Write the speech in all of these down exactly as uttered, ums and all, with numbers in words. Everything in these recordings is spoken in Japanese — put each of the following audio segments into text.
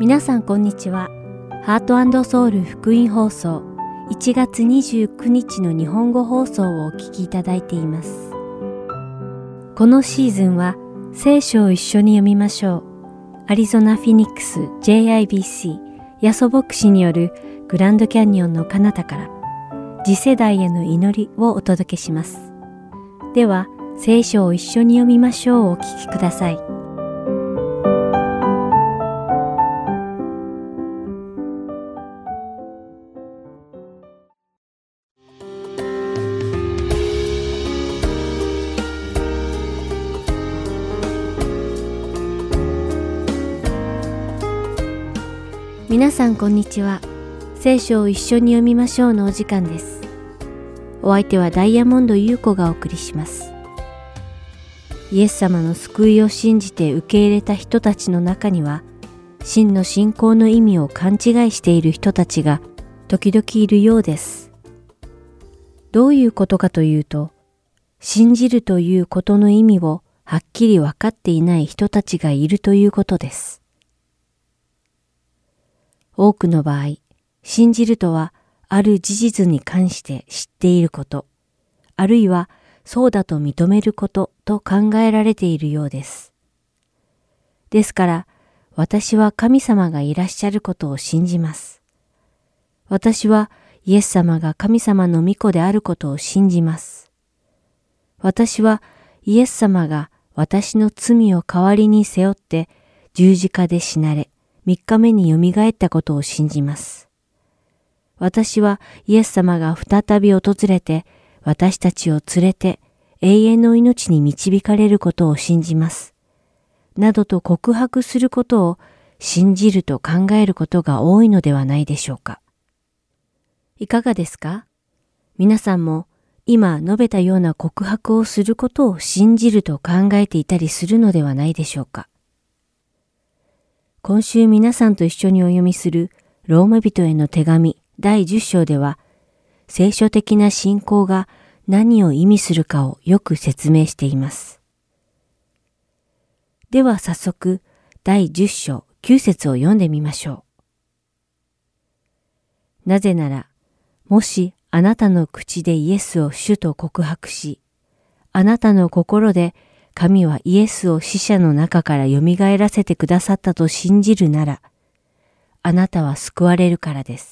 皆さんこんにちは。ハート&ソウル福音放送いちがつにじゅうくにちの日本語放送をお聞きいただいています。このシーズンは聖書を一緒に読みましょう。アリゾナ・フィニックス ジェイアイビーシー ヤソ牧師によるグランドキャニオンの彼方から次世代への祈りをお届けします。では聖書を一緒に読みましょうをお聞きください。皆さんこんにちは。聖書を一緒に読みましょうのお時間です。お相手はダイヤモンド優子がお送りします。イエス様の救いを信じて受け入れた人たちの中には、真の信仰の意味を勘違いしている人たちが時々いるようです。どういうことかというと、信じるということの意味をはっきり分かっていない人たちがいるということです。多くの場合、信じるとはある事実に関して知っていること、あるいはそうだと認めることと考えられているようです。ですから、私は神様がいらっしゃることを信じます。私はイエス様が神様の御子であることを信じます。私はイエス様が私の罪を代わりに背負って十字架で死なれ、三日目によみがえったことを信じます。私はイエス様が再び訪れて私たちを連れて永遠の命に導かれることを信じます。などと告白することを信じると考えることが多いのではないでしょうか。いかがですか？皆さんも今述べたような告白をすることを信じると考えていたりするのではないでしょうか。今週皆さんと一緒にお読みするローマ人への手紙だいじゅっしょうでは、聖書的な信仰が何を意味するかをよく説明しています。では早速だいじゅっしょうきゅうせつを読んでみましょう。なぜなら、もしあなたの口でイエスを主と告白し、あなたの心で神はイエスを死者の中からよみがえらせてくださったと信じるなら、あなたは救われるからです。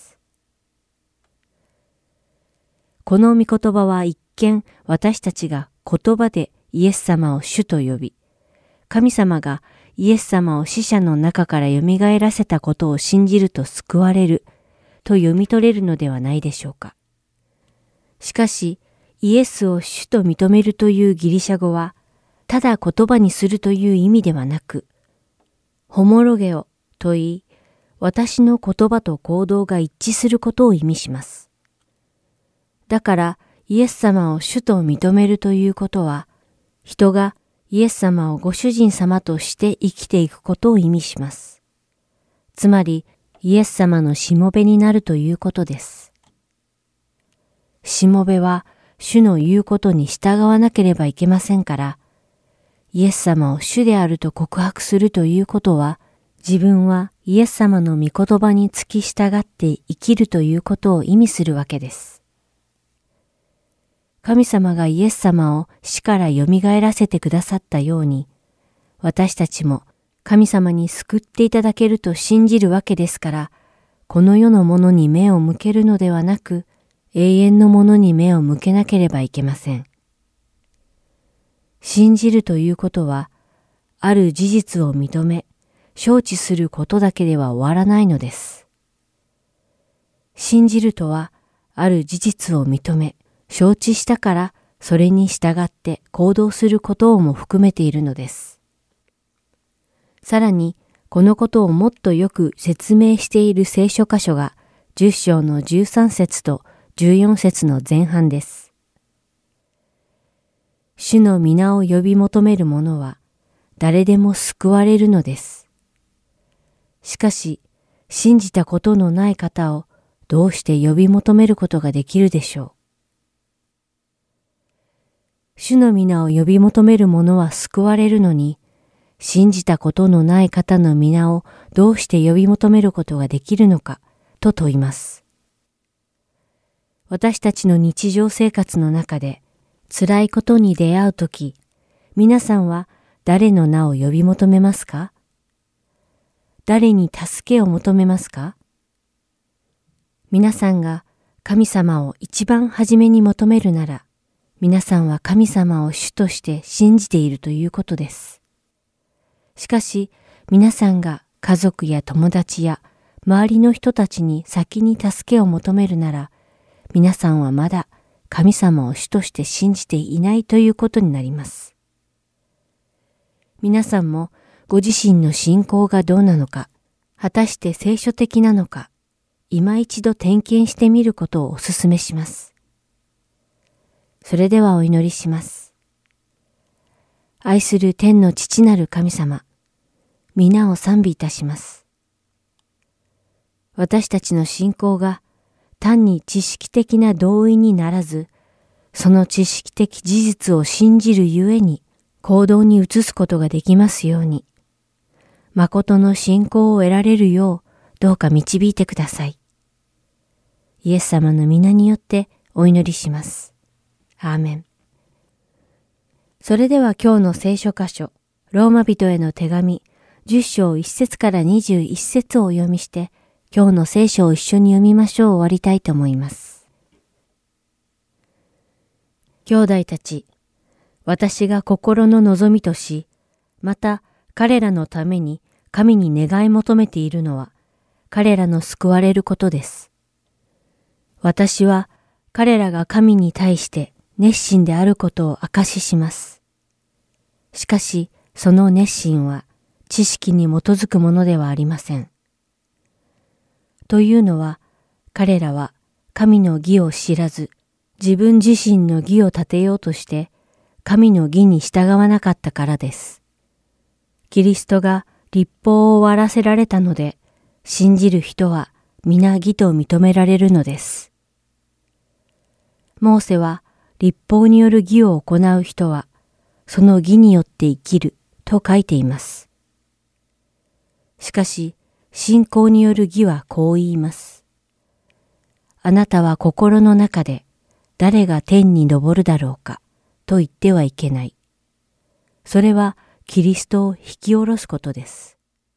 この御言葉は一見私たちが言葉でイエス様を主と呼び、神様がイエス様を死者の中からよみがえらせたことを信じると救われると読み取れるのではないでしょうか。しかし、イエスを主と認めるというギリシャ語は、ただ言葉にするという意味ではなく、ホモロゲオと言い、私の言葉と行動が一致することを意味します。だから、イエス様を主と認めるということは、人がイエス様をご主人様として生きていくことを意味します。つまり、イエス様のしもべになるということです。しもべは、主の言うことに従わなければいけませんから、イエス様を主であると告白するということは、自分はイエス様の御言葉に付き従って生きるということを意味するわけです。神様がイエス様を死からよみがえらせてくださったように、私たちも神様に救っていただけると信じるわけですから、この世のものに目を向けるのではなく、永遠のものに目を向けなければいけません。信じるということは、ある事実を認め、承知することだけでは終わらないのです。信じるとは、ある事実を認め、承知したから、それに従って行動することをも含めているのです。さらに、このことをもっとよく説明している聖書箇所が、じゅっしょうのじゅうさんせつとじゅうよんせつの前半です。主の皆を呼び求める者は誰でも救われるのです。しかし、信じたことのない方をどうして呼び求めることができるでしょう。主の皆を呼び求める者は救われるのに、 信じたことのない方の皆をどうして呼び求めることができるのかと問います。私たちの日常生活の中で辛いことに出会うとき、皆さんは誰の名を呼び求めますか？誰に助けを求めますか？皆さんが神様を一番初めに求めるなら、皆さんは神様を主として信じているということです。しかし、皆さんが家族や友達や周りの人たちに先に助けを求めるなら、皆さんはまだ神様を主として信じていないということになります。皆さんもご自身の信仰がどうなのか、果たして聖書的なのか、今一度点検してみることをお勧めします。それではお祈りします。愛する天の父なる神様、皆を賛美いたします。私たちの信仰が単に知識的な同意にならず、その知識的事実を信じるゆえに行動に移すことができますように、誠の信仰を得られるようどうか導いてください。イエス様の皆によってお祈りします。アーメン。それでは今日の聖書箇所、ローマ人への手紙、じゅっ章いち節からにじゅういち節をお読みして、今日の聖書を一緒に読みましょう。終わりたいと思います。兄弟たち、私が心の望みとし、また彼らのために神に願い求めているのは、彼らの救われることです。私は彼らが神に対して熱心であることを証しします。しかし、その熱心は知識に基づくものではありません。というのは、彼らは神の義を知らず、自分自身の義を立てようとして、神の義に従わなかったからです。キリストが律法を終わらせられたので、信じる人は皆義と認められるのです。モーセは律法による義を行う人は、その義によって生きると書いています。しかし、信仰による義はこう言います。あなたは心の中で誰が天に昇るだろうかと言ってはいけない。それはキリストを引き下ろすことです。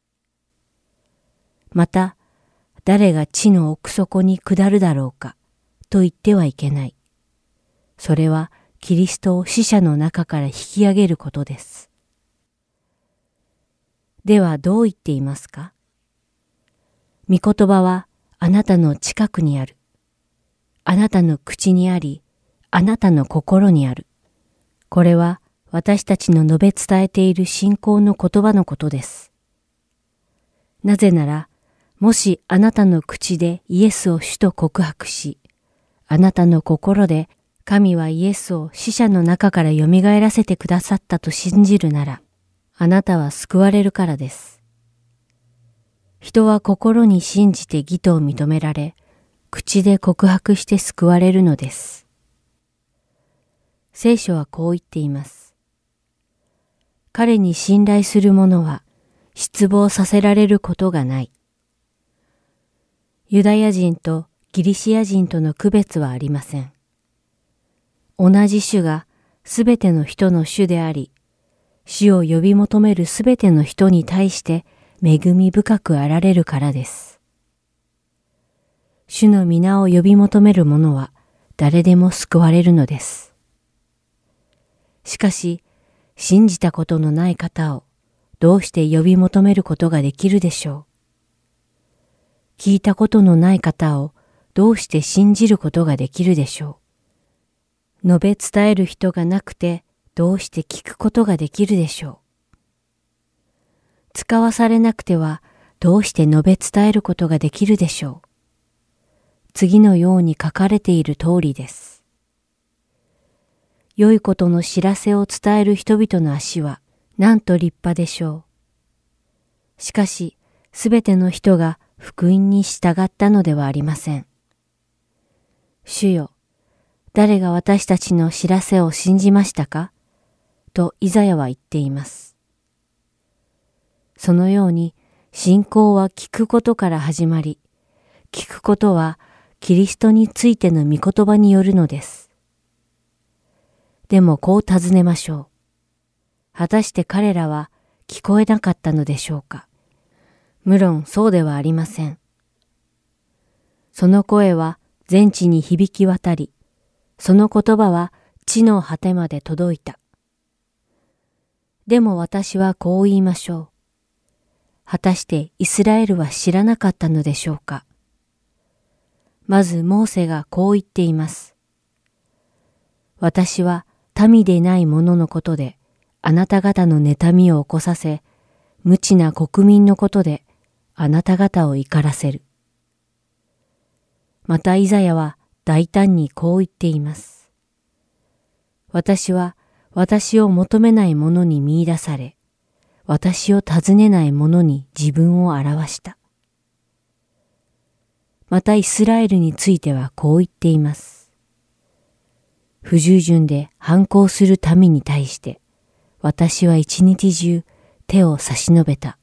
また、誰が地の奥底に下るだろうかと言ってはいけない。それはキリストを死者の中から引き上げることです。ではどう言っていますか？御言葉はあなたの近くにある。あなたの口にあり、あなたの心にある。これは私たちの述べ伝えている信仰の言葉のことです。なぜなら、もしあなたの口でイエスを主と告白し、あなたの心で神はイエスを死者の中から蘇らせてくださったと信じるなら、あなたは救われるからです。人は心に信じて義とを認められ、口で告白して救われるのです。聖書はこう言っています。彼に信頼する者は失望させられることがない。ユダヤ人とギリシア人との区別はありません。同じ主がすべての人の主であり、主を呼び求めるすべての人に対して恵み深くあられるからです。主の皆を呼び求める者は誰でも救われるのです。しかし、信じたことのない方をどうして呼び求めることができるでしょう。聞いたことのない方をどうして信じることができるでしょう。述べ伝える人がなくてどうして聞くことができるでしょう。使わされなくてはどうして述べ伝えることができるでしょう。次のように書かれている通りです。良いことの知らせを伝える人々の足はなんと立派でしょう。しかし、すべての人が福音に従ったのではありません。主よ、誰が私たちの知らせを信じましたかとイザヤは言っています。 そのように信仰は聞くことから始まり、聞くことはキリストについての御言葉によるのです。でもこう尋ねましょう。果たして彼らは聞こえなかったのでしょうか。無論そうではありません。その声は全地に響き渡り、その言葉は地の果てまで届いた。でも私はこう言いましょう。果たしてイスラエルは知らなかったのでしょうか。まずモーセがこう言っています。私は民でない者のことであなた方の妬みを起こさせ、無知な国民のことであなた方を怒らせる。またイザヤは大胆にこう言っています。私は私を求めない者に見出され、私を尋ねない者に自分を表した。またイスラエルについてはこう言っています。不従順で反抗する民に対して、私は一日中手を差し伸べた。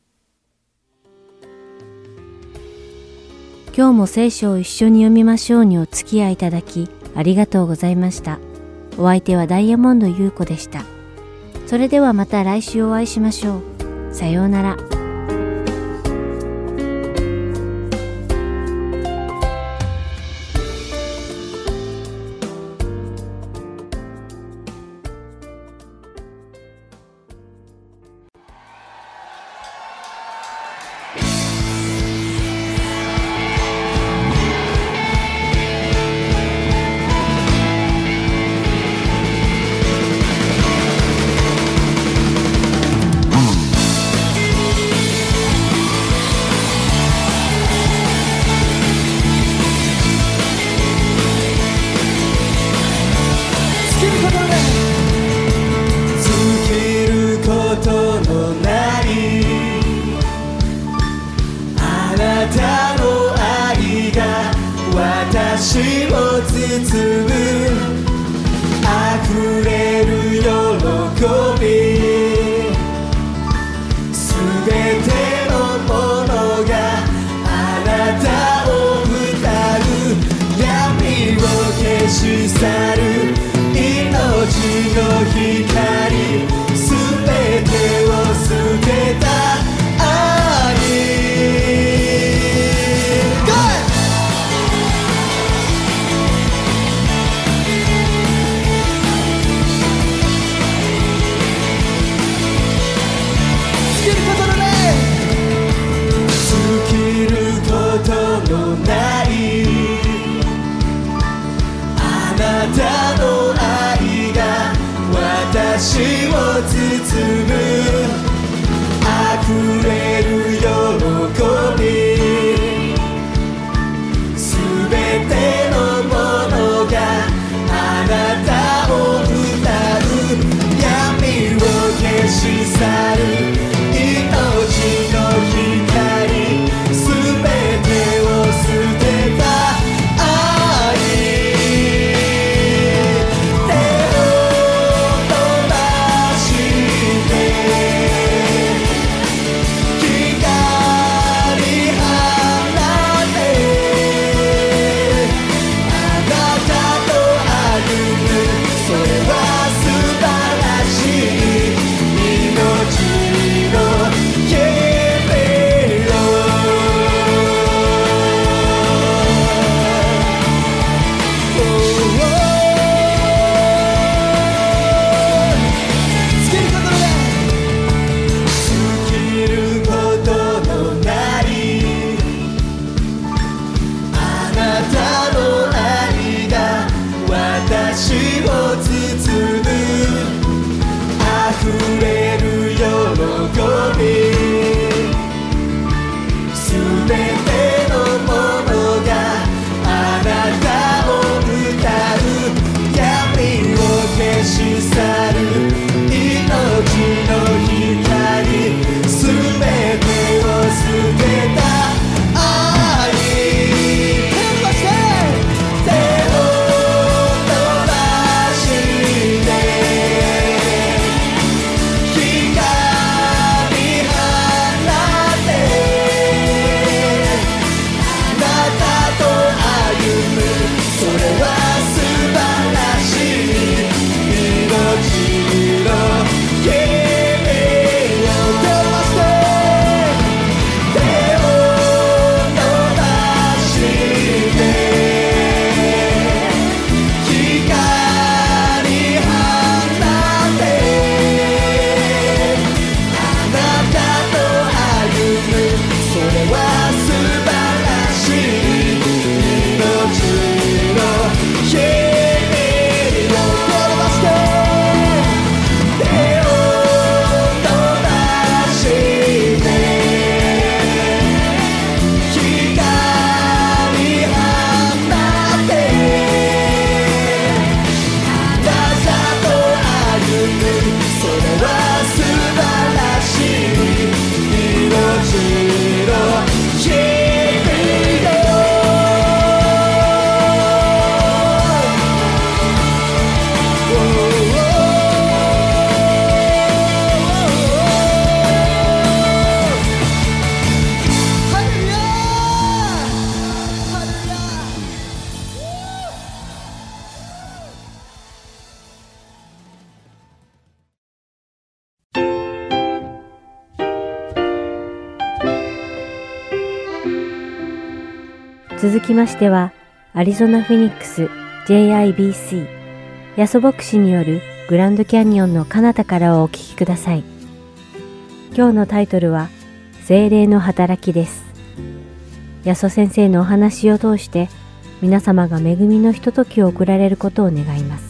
今日も聖書を一緒に読みましょうにお付き合いいただきありがとうございました。お相手はダイヤモンド優子でした。それではまた来週お会いしましょう。さようなら。 続きましては、アリゾナ・フィニックス ジェイアイビーシー ヤソ牧師によるグランドキャニオンの彼方からをお聞きください。今日のタイトルは、聖霊の働きです。ヤソ先生のお話を通して、皆様が恵みのひとときを送られることを願います。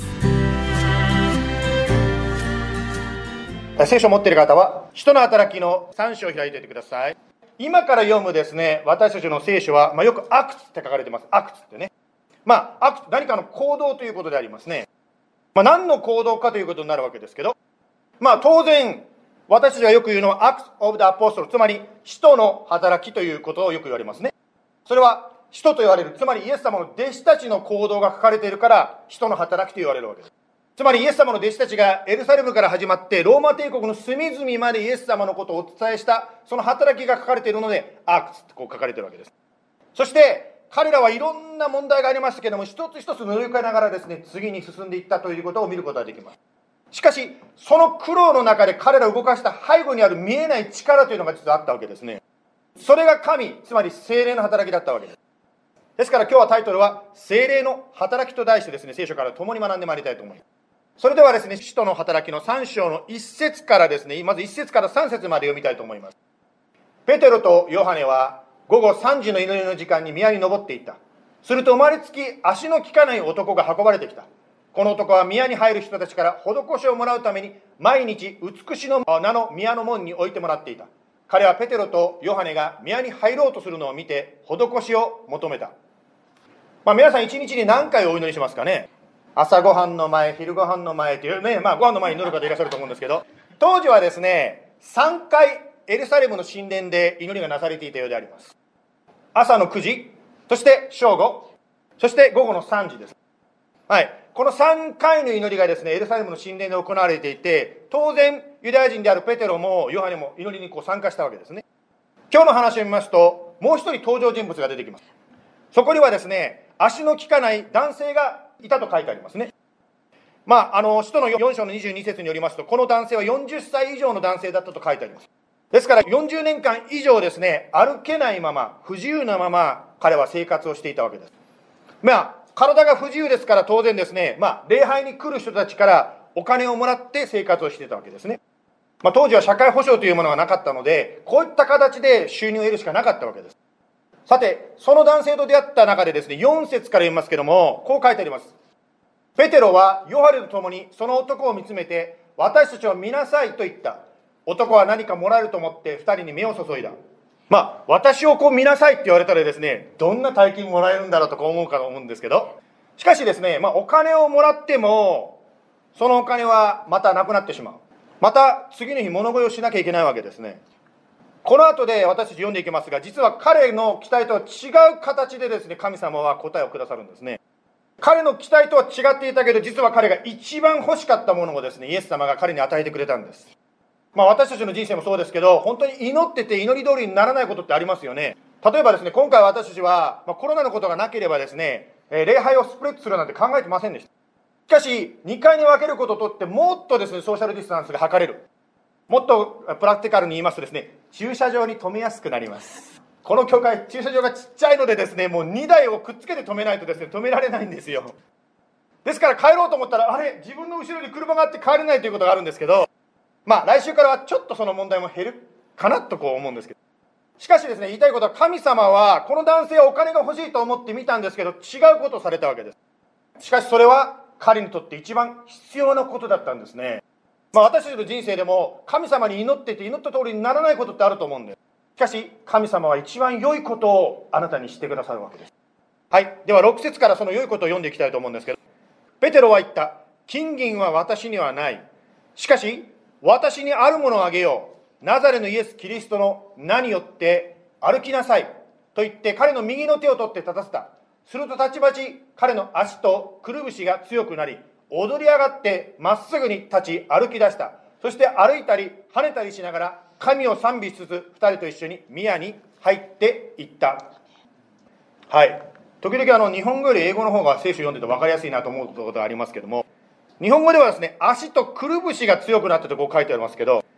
聖書を持っている方は、使徒の働きのさん章を開いていてください。今から読むですね、私たちの聖書は、まあ、よくアクツって書かれてます。アクツってね。まあ、アクツ、何かの行動ということでありますね。まあ、何の行動かということになるわけですけど、まあ、当然、私たちがよく言うのは、アクツ・オブ・ザ・アポストル、つまり、使徒の働きということをよく言われますね。それは、使徒と言われる、つまりイエス様の弟子たちの行動が書かれているから、使徒の働きと言われるわけです。つまりイエス様の弟子たちがエルサレムから始まってローマ帝国の隅々までイエス様のことをお伝えしたその働きが書かれているのでアクツってこう書かれているわけです。そして彼らはいろんな問題がありましたけれども一つ一つ乗り越えながらですね次に進んでいったということを見ることができます。しかしその苦労の中で彼らを動かした背後にある見えない力というのが実はあったわけですね。それが神つまり聖霊の働きだったわけです。ですから今日はタイトルは聖霊の働きと題してですね聖書から共に学んでまいりたいと思います。それではですね、使徒の働きのさん章のいっ節からですね、まずいっ節からさん節まで読みたいと思います。ペテロとヨハネは午後さんじの祈りの時間に宮に登っていった。すると生まれつき足の利かない男が運ばれてきた。この男は宮に入る人たちから施しをもらうために毎日美しの名の宮の門に置いてもらっていた。彼はペテロとヨハネが宮に入ろうとするのを見て施しを求めた。まあ皆さん一日に何回お祈りしますかね。朝ごはんの前、昼ごはんの前というね、まあご飯の前に祈る方いらっしゃると思うんですけど、当時はですね、さんかいエルサレムの神殿で祈りがなされていたようであります。朝のくじ、そして正午、そして午後のさんじです。はい。このさんかいの祈りがですね、エルサレムの神殿で行われていて、当然ユダヤ人であるペテロもヨハネも祈りにこう参加したわけですね。今日の話を見ますと、もう一人登場人物が出てきます。そこにはですね、足の利かない男性がいたと書いてありますね。まあ、あの、使徒のよん章のにじゅうに節によりますと、この男性はよんじゅっさい以上の男性だったと書いてあります。ですから、よんじゅうねんかん以上ですね、歩けないまま、不自由なまま、彼は生活をしていたわけです。まあ、体が不自由ですから当然ですね、まあ、礼拝に来る人たちからお金をもらって生活をしていたわけですね。まあ、当時は社会保障というものがなかったので、こういった形で収入を得るしかなかったわけです。さて、その男性と出会った中でですね、よん節から読みますけども、こう書いてあります。ペテロはヨハネと共にその男を見つめて、私たちを見なさいと言った。男は何かもらえると思って二人に目を注いだ。まあ、私をこう見なさいって言われたらですね、どんな大金もらえるんだろうとこう思うかと思うんですけど、しかしですね、まあ、お金をもらっても、そのお金はまたなくなってしまう。また次の日物乞いをしなきゃいけないわけですね。この後で私たち読んでいきますが、実は彼の期待とは違う形でですね、神様は答えをくださるんですね。彼の期待とは違っていたけど、実は彼が一番欲しかったものをですね、イエス様が彼に与えてくれたんです。まあ私たちの人生もそうですけど、本当に祈ってて祈り通りにならないことってありますよね。例えばですね、今回私たちは、まあ、コロナのことがなければですね、えー、礼拝をスプレッドするなんて考えてませんでした。しかし、にかいに分けることとってもっとですね、ソーシャルディスタンスが図れる。もっとプラクティカルに言いますとですね、駐車場に止めやすくなります。この教会、駐車場がちっちゃいのでですね、もうにだいをくっつけて止めないとですね、止められないんですよ。ですから帰ろうと思ったら、あれ、自分の後ろに車があって帰れないということがあるんですけど、まあ来週からはちょっとその問題も減るかなとこう思うんですけど。しかしですね、言いたいことは神様は、この男性はお金が欲しいと思って見たんですけど、違うことをされたわけです。しかしそれは彼にとって一番必要なことだったんですね。まあ私たちの人生でも神様に祈ってて祈った通りにならないことってあると思うんです。しかし神様は一番良いことをあなたにしてくださるわけです。はい。ではろく節からその良いことを読んでいきたいと思うんですけど、ペテロは言った。金銀は私にはない。しかし私にあるものをあげよう。ナザレのイエス・キリストの名によって歩きなさい。と言って彼の右の手を取って立たせた。するとたちまち彼の足とくるぶしが強くなり、踊り上がってまっすぐに立ち歩き出した。そして歩いたり跳ねたりしながら神を賛美しつつ二人と一緒に宮に入っていった。はい。時々あの日本語より英語の方が聖書を読んでて分かりやすいなと思うことがありますけども、日本語ではですね、足とくるぶしが強くなったとこう書いてありますけど、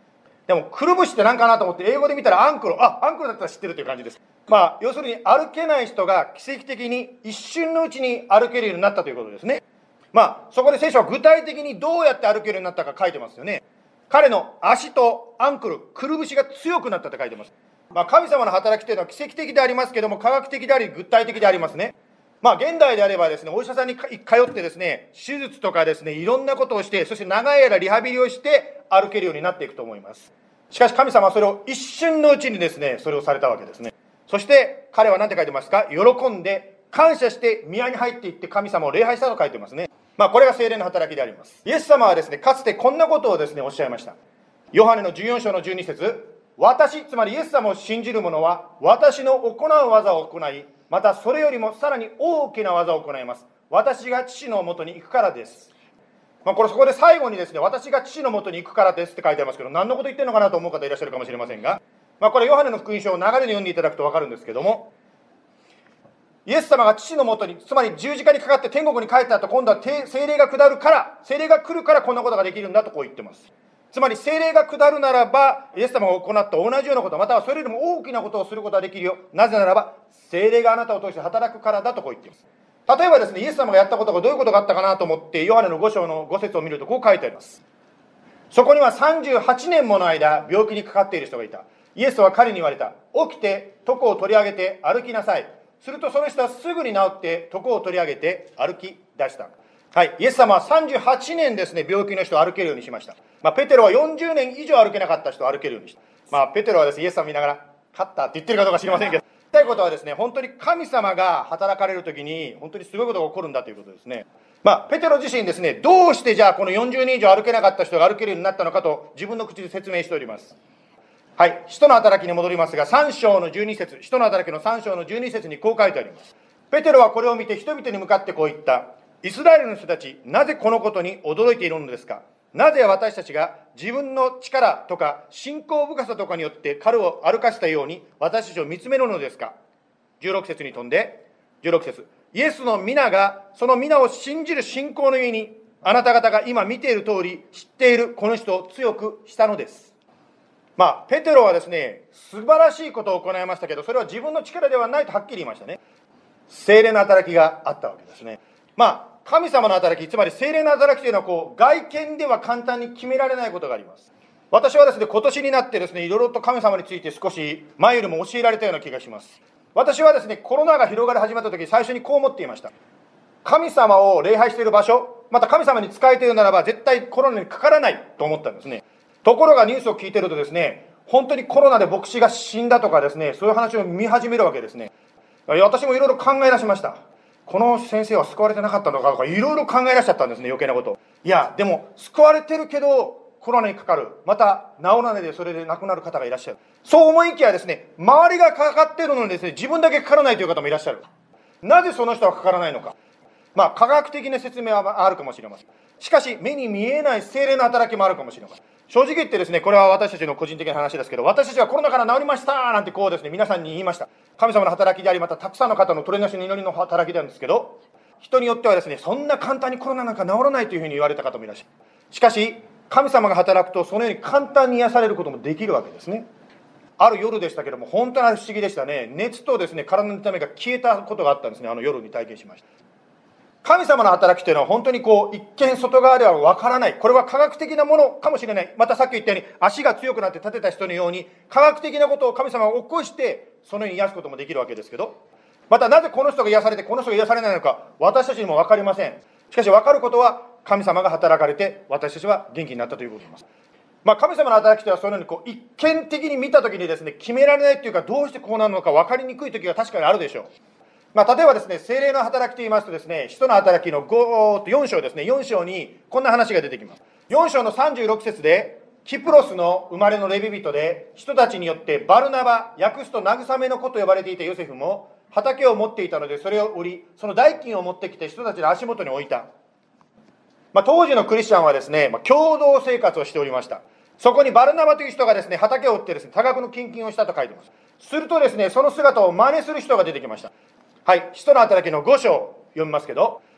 でも、くるぶしって何かなと思って、英語で見たらアンクル、あ、アンクルだったら知ってるという感じです。まあ、要するに歩けない人が奇跡的に一瞬のうちに歩けるようになったということですね。まあ、そこで聖書は具体的にどうやって歩けるようになったか書いてますよね。彼の足とアンクル、くるぶしが強くなったって書いてます。まあ、神様の働きというのは奇跡的でありますけども、科学的であり、具体的でありますね。まあ、現代であればですね、お医者さんに通ってですね、手術とかですね、いろんなことをして、そして長い間リハビリをして歩けるようになっていくと思います。しかし神様はそれを一瞬のうちにですね、それをされたわけですね。そして彼は何て書いてますか？喜んで、感謝して宮に入っていって神様を礼拝したと書いてますね。まあ、これが聖霊の働きであります。イエス様はですね、かつてこんなことをですね、おっしゃいました。ヨハネのじゅうよん章のじゅうに節、私、つまりイエス様を信じる者は、私の行う技を行い、またそれよりもさらに大きな技を行います。私が父のもとに行くからです。まあ、これそこで最後にですね、私が父のもとに行くからですって書いてありますけど、何のこと言ってるのかなと思う方いらっしゃるかもしれませんが、まあ、これヨハネの福音書を流れで読んでいただくと分かるんですけども、イエス様が父のもとに、つまり十字架にかかって天国に帰った後、今度は聖霊が下るから、聖霊が来るからこんなことができるんだとこう言ってます。つまり聖霊が下るならば、イエス様が行った同じようなこと、またはそれよりも大きなことをすることができるよ。なぜならば、聖霊があなたを通して働くからだとこう言っています。例えばですね、イエス様がやったことがどういうことがあったかなと思って、ヨハネのご章のご節を見るとこう書いてあります。そこにはさんじゅうはちねんもの間、病気にかかっている人がいた。イエスは彼に言われた。起きて、床を取り上げて歩きなさい。するとその人はすぐに治って、床を取り上げて歩き出した。はい、イエス様はさんじゅうはちねんですね、病気の人を歩けるようにしました。まあ、ペテロはよんじゅうねん以上歩けなかった人を歩けるようにした。まあ、ペテロはですね、イエス様を見ながら、勝ったって言ってるかどうか知りませんけど、言いたいことはですね、本当に神様が働かれるときに、本当にすごいことが起こるんだということですね。まあ、ペテロ自身ですね、どうしてじゃあこのよんじゅうねん以上歩けなかった人が歩けるようになったのかと、自分の口で説明しております。はい、使徒の働きに戻りますが、さん章のじゅうに節、使徒の働きのさん章のじゅうに節にこう書いてあります。ペテロはこれを見て人々に向かってこう言った。イスラエルの人たち、なぜこのことに驚いているのですか？なぜ私たちが自分の力とか信仰深さとかによって彼を歩かせたように私たちを見つめるのですか？じゅうろく節に飛んで、じゅうろく節、イエスの皆がその皆を信じる信仰の上に、あなた方が今見ている通り知っているこの人を強くしたのです。まあ、ペテロはですね、素晴らしいことを行いましたけど、それは自分の力ではないとはっきり言いましたね。聖霊の働きがあったわけですね。まあ、神様の働き、つまり聖霊の働きというのはこう外見では簡単に決められないことがあります。私はですね、今年になってですね、いろいろと神様について少し前よりも教えられたような気がします。私はですね、コロナが広がり始めた時、最初にこう思っていました。神様を礼拝している場所、また神様に仕えているならば絶対コロナにかからないと思ったんですね。ところがニュースを聞いているとですね、本当にコロナで牧師が死んだとかですね、そういう話を見始めるわけですね。私もいろいろ考え出しました。この先生は救われてなかったのかとか、いろいろ考え出しちゃったんですね、余計なこと。いや、でも、救われてるけど、コロナにかかる。また、治らないでそれで亡くなる方がいらっしゃる。そう思いきやですね、周りがかかってるのにですね、自分だけかからないという方もいらっしゃる。なぜその人はかからないのか。まあ、科学的な説明はあるかもしれません。しかし、目に見えない聖霊の働きもあるかもしれません。正直言ってですね、これは私たちの個人的な話ですけど、私たちはコロナから治りましたなんてこうですね、皆さんに言いました。神様の働きであり、またたくさんの方の取りなしの祈りの働きなんですけど、人によってはですね、そんな簡単にコロナなんか治らないというふうに言われた方もいらっしゃる。しかし、神様が働くと、そのように簡単に癒されることもできるわけですね。ある夜でしたけども、本当に不思議でしたね。熱とですね、体の痛みが消えたことがあったんですね。あの夜に体験しました。神様の働きというのは本当にこう、一見外側ではわからない。これは科学的なものかもしれない。またさっき言ったように、足が強くなって立てた人のように、科学的なことを神様が起こして、そのように癒すこともできるわけですけど、またなぜこの人が癒されて、この人が癒されないのか、私たちにもわかりません。しかしわかることは、神様が働かれて、私たちは元気になったということです。まあ、神様の働きというのはそのようにこう、一見的に見たときにですね、決められないというか、どうしてこうなるのか分かりにくいときが確かにあるでしょう。まあ、例えばですね、聖霊の働きと言いますとですね、使徒の働きのごよん章ですね、よん章にこんな話が出てきます。よん章のさんじゅうろく節で、キプロスの生まれのレビ人で、人たちによってバルナバ、訳すと慰めの子と呼ばれていたヨセフも、畑を持っていたので、それを売り、その代金を持ってきて人たちの足元に置いた。まあ、当時のクリスチャンはですね、まあ、共同生活をしておりました。そこにバルナバという人がですね、畑を売ってですね、多額の献金をしたと書いています。するとですね、その姿を真似する人が出てきました。はい、使徒の働きのご章を読みますけど、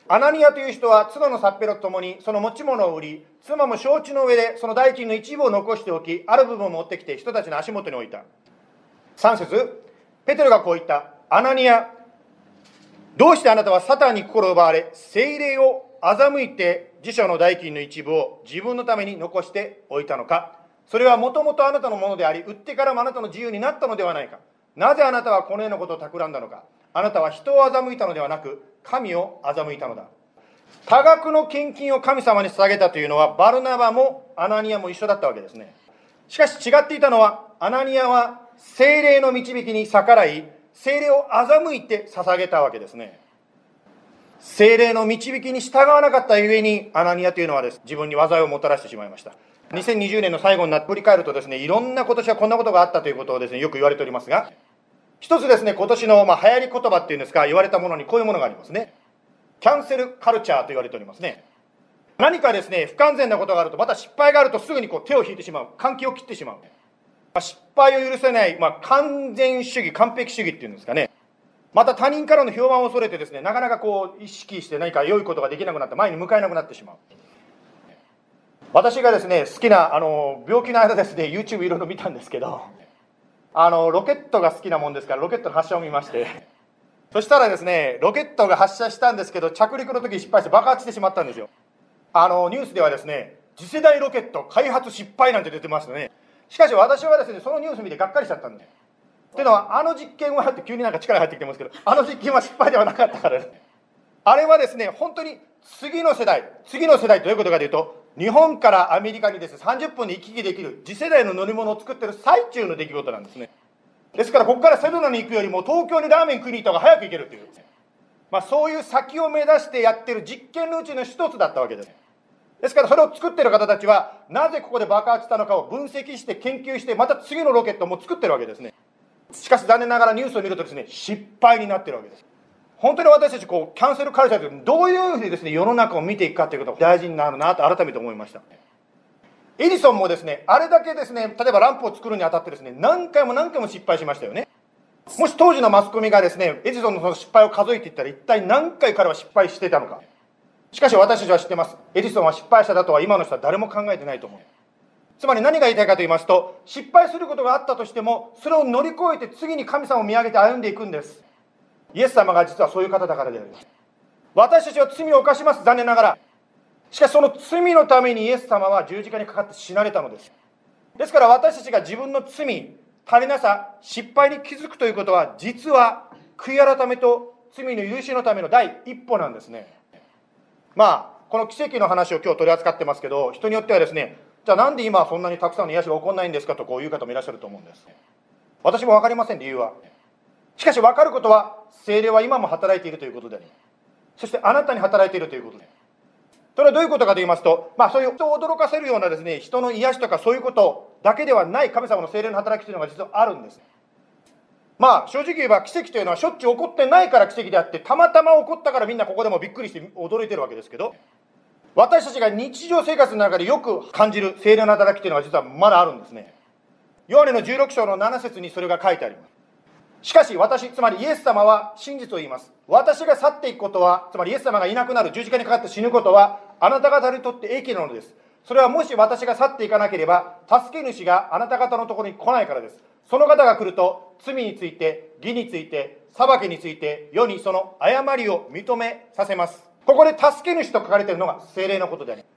アナニアという人は妻のサッペロとともにその持ち物を売り、妻も承知の上でその代金の一部を残しておき、ある部分を持ってきて人たちの足元に置いた。さん節、ペテロがこう言った。アナニア、どうしてあなたはサタンに心を奪われ、聖霊を欺いて自所の代金の一部を自分のために残しておいたのか。それはもともとあなたのものであり、売ってからもあなたの自由になったのではないか。なぜあなたはこのようなことを企んだのか。あなたは人を欺いたのではなく、神を欺いたのだ。多額の献金を神様に捧げたというのは、バルナバもアナニアも一緒だったわけですね。しかし違っていたのは、アナニアは聖霊の導きに逆らい、聖霊を欺いて捧げたわけですね。聖霊の導きに従わなかったゆえに、アナニアというのはです、自分に災いをもたらしてしまいました。にせんにじゅうねんの最後になって振り返るとですね、いろんな今年はこんなことがあったということをですね、よく言われておりますが、一つですね、今年のまあ流行り言葉っていうんですか、言われたものにこういうものがありますね。キャンセルカルチャーと言われておりますね。何かですね、不完全なことがあると、また失敗があるとすぐにこう手を引いてしまう。換気を切ってしまう。まあ、失敗を許せない、まあ、完全主義、完璧主義っていうんですかね。また他人からの評判を恐れてですね、なかなかこう意識して何か良いことができなくなって前に向かえなくなってしまう。私がですね、好きなあの病気の間ですね、YouTube いろいろ見たんですけど、あのロケットが好きなもんですからロケットの発射を見まして、そしたらですね、ロケットが発射したんですけど、着陸の時に失敗して爆発してしまったんですよ。あのニュースではですね、次世代ロケット開発失敗なんて出てましたね。しかし私はですね、そのニュース見てがっかりしちゃったんです。っていうのは、あの実験はって急になんか力入ってきてますけど、あの実験は失敗ではなかったからです。あれはですね、本当に次の世代、次の世代とどういうことかというと、日本からアメリカにですね、さんじゅっぷんで行き来できる次世代の乗り物を作ってる最中の出来事なんですね。ですから、ここからセドナに行くよりも東京にラーメン食いに行った方が早く行けるという、まあ、そういう先を目指してやってる実験のうちの一つだったわけです。ですから、それを作ってる方たちは、なぜここで爆発したのかを分析して研究して、また次のロケットも作ってるわけですね。しかし残念ながらニュースを見るとですね、失敗になってるわけです。本当に私たちこうキャンセルカルチャーというどういうふうにですね、世の中を見ていくかということが大事になるなと改めて思いました。エジソンもですね、あれだけですね、例えばランプを作るにあたってですね、何回も何回も失敗しましたよね。もし当時のマスコミがですね、エジソンのその失敗を数えていったら、一体何回彼は失敗していたのか。しかし私たちは知ってます。エジソンは失敗者だとは今の人は誰も考えてないと思う。つまり何が言いたいかと言いますと、失敗することがあったとしても、それを乗り越えて次に神様を見上げて歩んでいくんです。イエス様が実はそういう方だからであります。私たちは罪を犯します、残念ながら。しかしその罪のためにイエス様は十字架にかかって死なれたのです。ですから私たちが自分の罪、足りなさ、失敗に気づくということは、実は悔い改めと罪の許しのための第一歩なんですね。まあ、この奇跡の話を今日取り扱ってますけど、人によってはですね、じゃあなんで今はそんなにたくさんの癒しが起こらないんですかとこういう方もいらっしゃると思うんです。私も分かりません、理由は。しかし分かることは、聖霊は今も働いているということであり、そしてあなたに働いているということで。それはどういうことかと言いますと、まあそういう人を驚かせるようなですね、人の癒しとかそういうことだけではない神様の聖霊の働きというのが実はあるんです。まあ正直言えば奇跡というのはしょっちゅう起こってないから奇跡であって、たまたま起こったからみんなここでもびっくりして驚いてるわけですけど、私たちが日常生活の中でよく感じる聖霊の働きというのは実はまだあるんですね。ヨハネのじゅうろく章のなな節にそれが書いてあります。しかし私、つまりイエス様は真実を言います。私が去っていくことは、つまりイエス様がいなくなる、十字架にかかって死ぬことは、あなた方にとって益なのです。それはもし私が去っていかなければ、助け主があなた方のところに来ないからです。その方が来ると、罪について、義について、裁きについて、世にその誤りを認めさせます。ここで助け主と書かれているのが聖霊のことであります。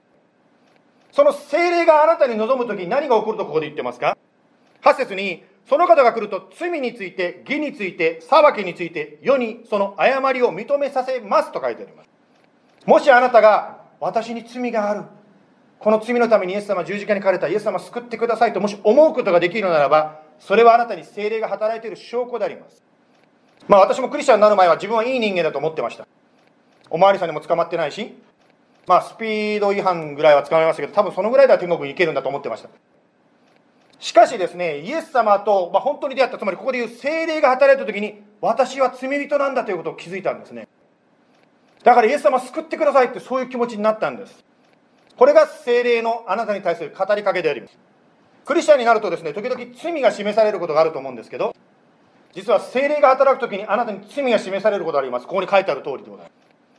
その聖霊があなたに望むときに何が起こるとここで言ってますか？はち節に、その方が来ると罪について、義について、裁きについて、世にその誤りを認めさせますと書いてあります。もしあなたが、私に罪がある、この罪のためにイエス様十字架にかかれた、イエス様救ってくださいともし思うことができるならば、それはあなたに聖霊が働いている証拠であります。まあ私もクリスチャンになる前は自分はいい人間だと思ってました。おまわりさんにも捕まってないし、まあスピード違反ぐらいは捕まりましたけど、多分そのぐらいでは天国に行けるんだと思ってました。しかしですね、イエス様と、まあ、本当に出会った、つまりここでいう聖霊が働いたときに、私は罪人なんだということを気づいたんですね。だからイエス様救ってくださいってそういう気持ちになったんです。これが聖霊のあなたに対する語りかけであります。クリスチャンになるとですね、時々罪が示されることがあると思うんですけど、実は聖霊が働くときにあなたに罪が示されることがあります。ここに書いてある通りでございます。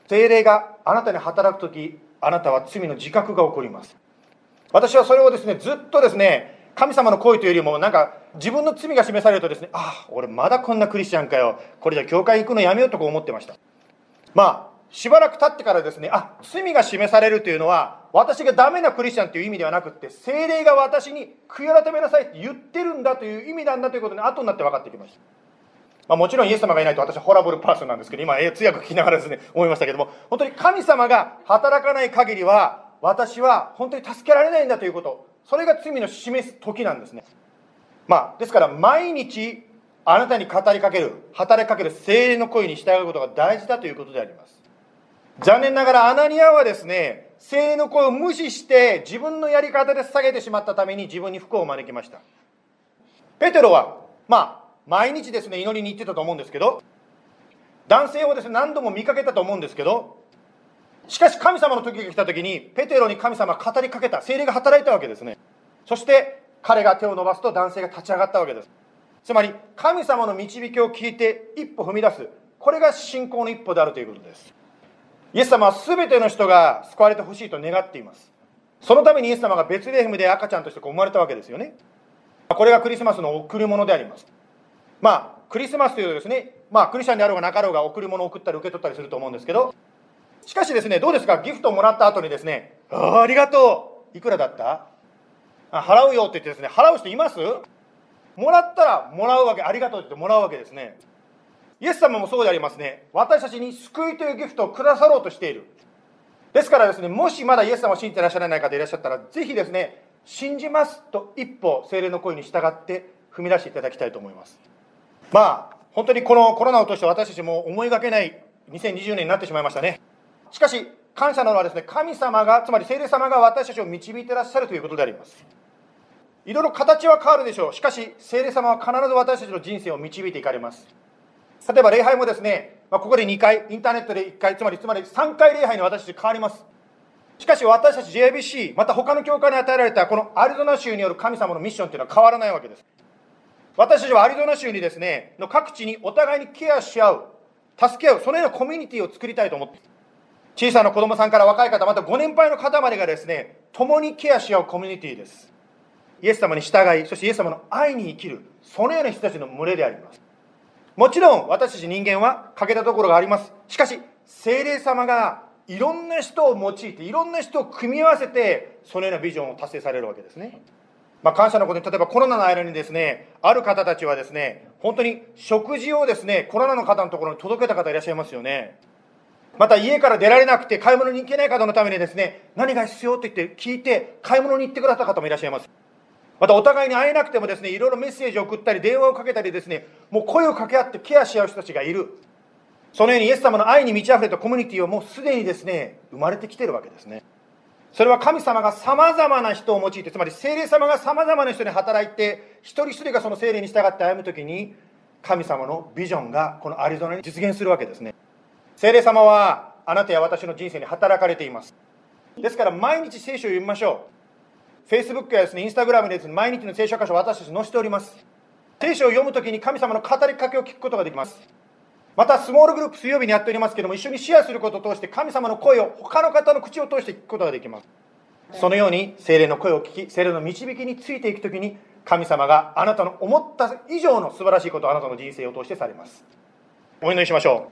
聖霊があなたに働くとき、あなたは罪の自覚が起こります。私はそれをですね、ずっとですね、神様の声というよりも、なんか自分の罪が示されるとですね、ああ、俺まだこんなクリスチャンかよ、これじゃ教会行くのやめようとか思ってました。まあしばらく経ってからですね、あ、罪が示されるというのは私がダメなクリスチャンという意味ではなくって、聖霊が私に悔い改めなさいって言ってるんだという意味なんだということに後になって分かってきました。まあ、もちろんイエス様がいないと私はホラボルパーソンなんですけど、今通訳聞きながらですね思いましたけども、本当に神様が働かない限りは私は本当に助けられないんだということ、それが罪の示す時なんですね。まあですから毎日あなたに語りかける、働きかける聖霊の声に従うことが大事だということであります。残念ながらアナニアはですね、聖霊の声を無視して自分のやり方で下げてしまったために自分に不幸を招きました。ペテロはまあ毎日ですね祈りに行ってたと思うんですけど、男性をですね何度も見かけたと思うんですけど、しかし神様の時が来た時にペテロに神様が語りかけた、聖霊が働いたわけですね。そして彼が手を伸ばすと男性が立ち上がったわけです。つまり神様の導きを聞いて一歩踏み出す、これが信仰の一歩であるということです。イエス様は全ての人が救われてほしいと願っています。そのためにイエス様がベツレヘムで赤ちゃんとして生まれたわけですよね。これがクリスマスの贈り物であります。まあクリスマスというとですね、まあクリスチャンであろうがなかろうが贈り物を送ったり受け取ったりすると思うんですけど、しかしですね、どうですか、ギフトをもらった後にですね、あ, ありがとう、いくらだった、あ払うよって言ってですね、払う人います？もらったらもらうわけ、ありがとうって言ってもらうわけですね。イエス様もそうでありますね。私たちに救いというギフトをくださろうとしている。ですからですね、もしまだイエス様を信じていらっしゃらない方いらっしゃったら、ぜひですね、信じますと一歩聖霊の声に従って踏み出していただきたいと思います。まあ本当にこのコロナを通して私たちも思いがけないにせんにじゅうねんになってしまいましたね。しかし感謝なのはですね、神様が、つまり聖霊様が私たちを導いていらっしゃるということであります。いろいろ形は変わるでしょう。しかし聖霊様は必ず私たちの人生を導いていかれます。例えば礼拝もですね、まあ、ここでにかい、インターネットでいっかい、つまりつまりさんかい礼拝に私たち変わります。しかし私たち ジェイアイビーシー、また他の教会に与えられたこのアリゾナ州による神様のミッションというのは変わらないわけです。私たちはアリゾナ州にですね、の各地にお互いにケアし合う、助け合う、そのようなコミュニティを作りたいと思っています。小さな子供さんから若い方、またご年配の方までがですね、共にケアし合うコミュニティです。イエス様に従い、そしてイエス様の愛に生きる、そのような人たちの群れであります。もちろん私たち人間は欠けたところがあります。しかし聖霊様がいろんな人を用いて、いろんな人を組み合わせて、そのようなビジョンを達成されるわけですね。まあ、感謝のことに、例えばコロナの間にですね、ある方たちはですね、本当に食事をですね、コロナの方のところに届けた方いらっしゃいますよね。また家から出られなくて買い物に行けない方のためにですね、何が必要って言って聞いて買い物に行ってくださった方もいらっしゃいます。またお互いに会えなくてもですね、いろいろメッセージを送ったり電話をかけたりですね、もう声を掛け合ってケアし合う人たちがいる。そのようにイエス様の愛に満ち溢れたコミュニティをもうすでにですね、生まれてきているわけですね。それは神様がさまざまな人を用いて、つまり聖霊様がさまざまな人に働いて、一人一人がその聖霊に従って歩むときに、神様のビジョンがこのアリゾナに実現するわけですね。聖霊様はあなたや私の人生に働かれています。ですから毎日聖書を読みましょう。Facebook やですね、Instagram でですね、毎日の聖書箇所を私たち載せております。聖書を読むときに神様の語りかけを聞くことができます。またスモールグループ水曜日にやっておりますけれども、一緒にシェアすることを通して神様の声を他の方の口を通して聞くことができます。そのように聖霊の声を聞き、聖霊の導きについていくときに、神様があなたの思った以上の素晴らしいことをあなたの人生を通してされます。お祈りしましょ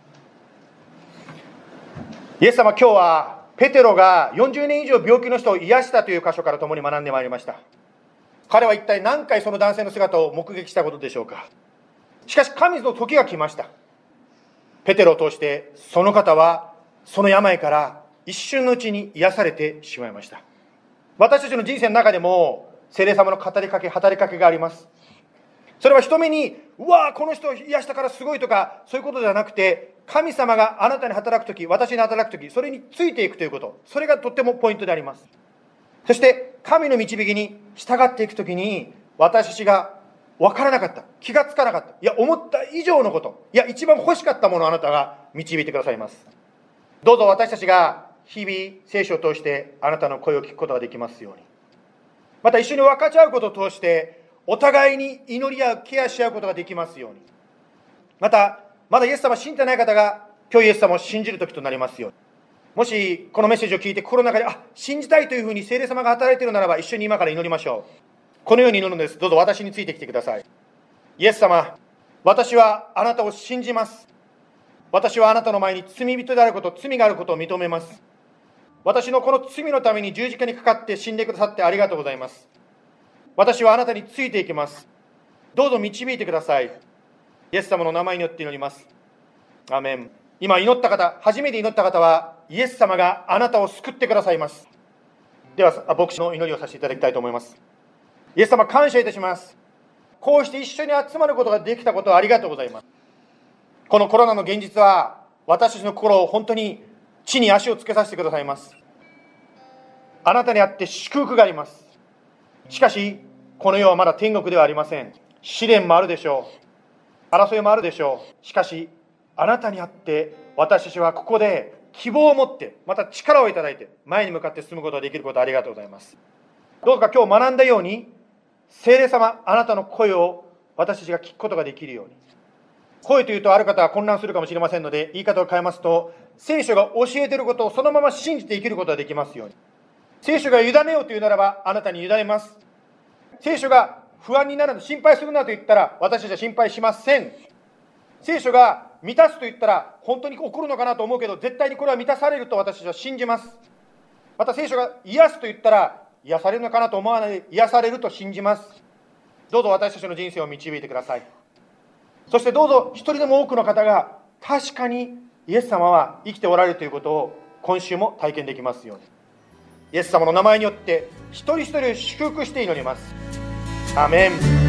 う。イエス様、今日はペテロがよんじゅうねん以上病気の人を癒したという箇所から共に学んでまいりました。彼は一体何回その男性の姿を目撃したことでしょうか。しかし神の時が来ました。ペテロを通してその方はその病から一瞬のうちに癒されてしまいました。私たちの人生の中でも聖霊様の語りかけ、働きかけがあります。それは人目にうわーこの人を癒したからすごいとかそういうことではなくて、神様があなたに働くとき、私に働くとき、それについていくということ、それがとってもポイントであります。そして神の導きに従っていくときに、私たちが分からなかった、気がつかなかった、いや思った以上のこと、いや一番欲しかったものをあなたが導いてくださいます。どうぞ私たちが日々聖書を通してあなたの声を聞くことができますように、また一緒に分かち合うことを通してお互いに祈り合う、ケアし合うことができますように、またまだイエス様を信じてない方が今日イエス様を信じる時となりますように。もしこのメッセージを聞いて心の中で、あ、信じたいというふうに聖霊様が働いているならば、一緒に今から祈りましょう。このように祈るのです。どうぞ私についてきてください。イエス様、私はあなたを信じます。私はあなたの前に罪人であること、罪があることを認めます。私のこの罪のために十字架にかかって死んでくださってありがとうございます。私はあなたについていきます。どうぞ導いてください。イエス様の名前によって祈ります。アーメン。今祈った方、初めて祈った方は、イエス様があなたを救ってくださいます。では、牧師の祈りをさせていただきたいと思います。イエス様、感謝いたします。こうして一緒に集まることができたことをありがとうございます。このコロナの現実は、私たちの心を本当に地に足をつけさせてくださいます。あなたにあって祝福があります。しかし、この世はまだ天国ではありません。試練もあるでしょう。争いもあるでしょう。しかし、あなたにあって私たちはここで希望を持って、また力をいただいて前に向かって進むことができることをありがとうございます。どうか今日学んだように、聖霊様、あなたの声を私たちが聞くことができるように。声というとある方は混乱するかもしれませんので、言い方を変えますと、聖書が教えていることをそのまま信じて生きることができますように。聖書が委ねようというならば、あなたに委ねます。聖書が不安になる、心配するなと言ったら、私たちは心配しません。聖書が満たすと言ったら、本当に起こるのかなと思うけど、絶対にこれは満たされると私たちは信じます。また聖書が癒すと言ったら、癒されるのかなと思わないで、癒されると信じます。どうぞ私たちの人生を導いてください。そしてどうぞ一人でも多くの方が、確かにイエス様は生きておられるということを今週も体験できますように。イエス様の名前によって一人一人を祝福して祈ります。アーメン。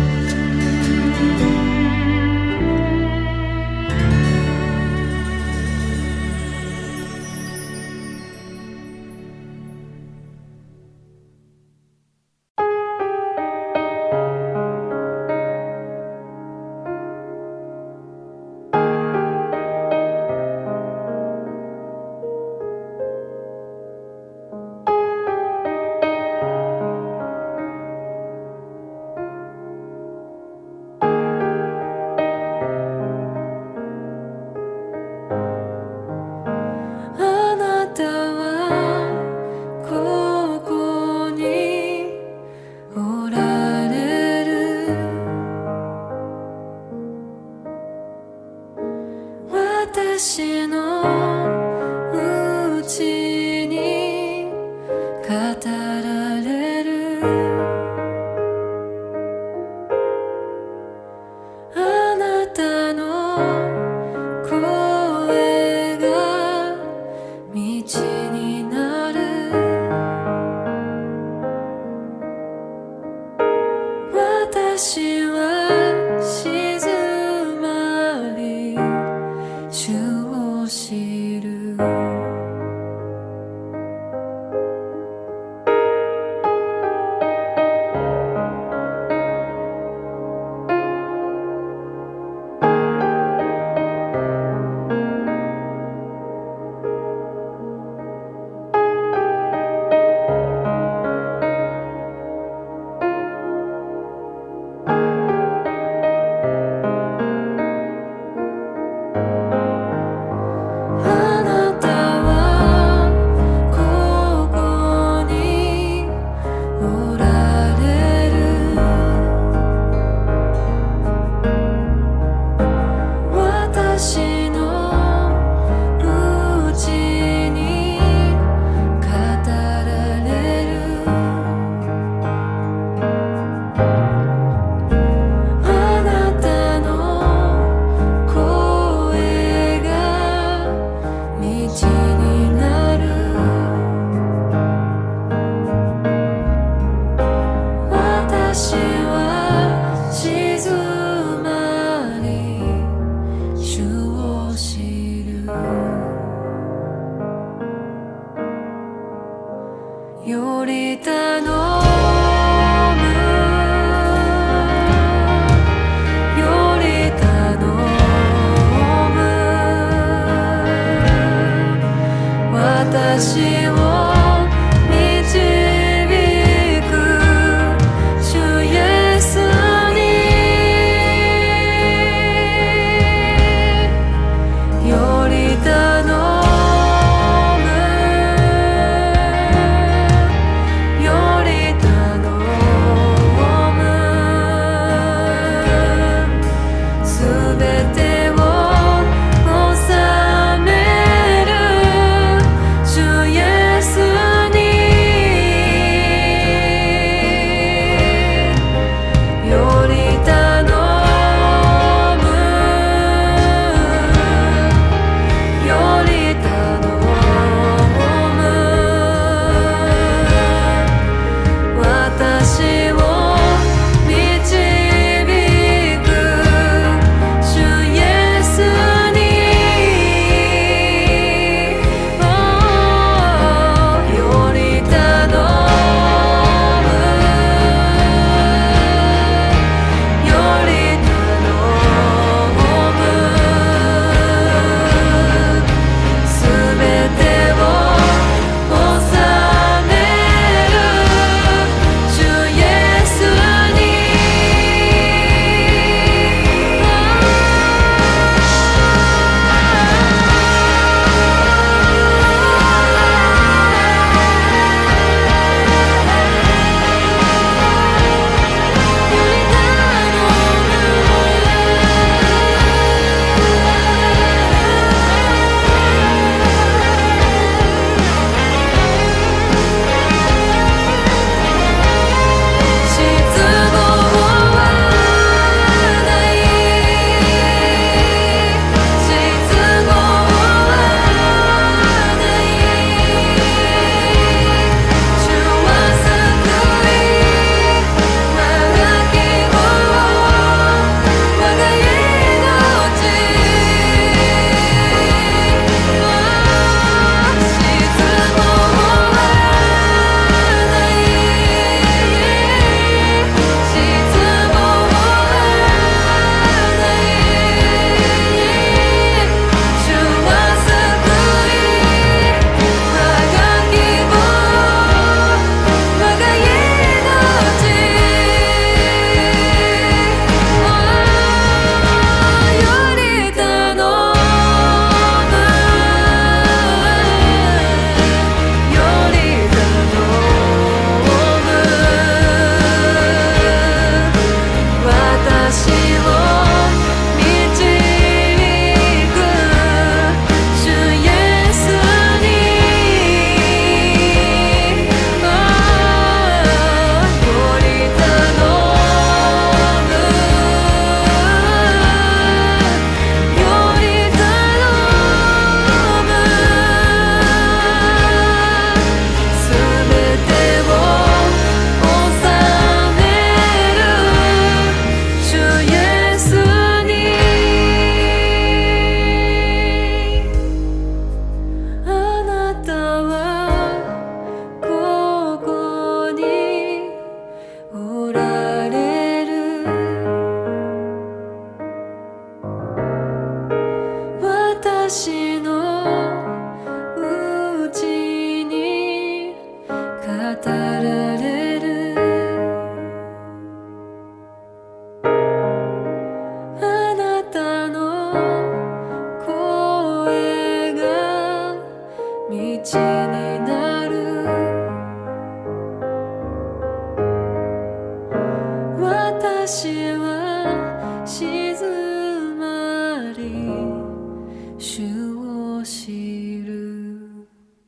私は静まり主を知る。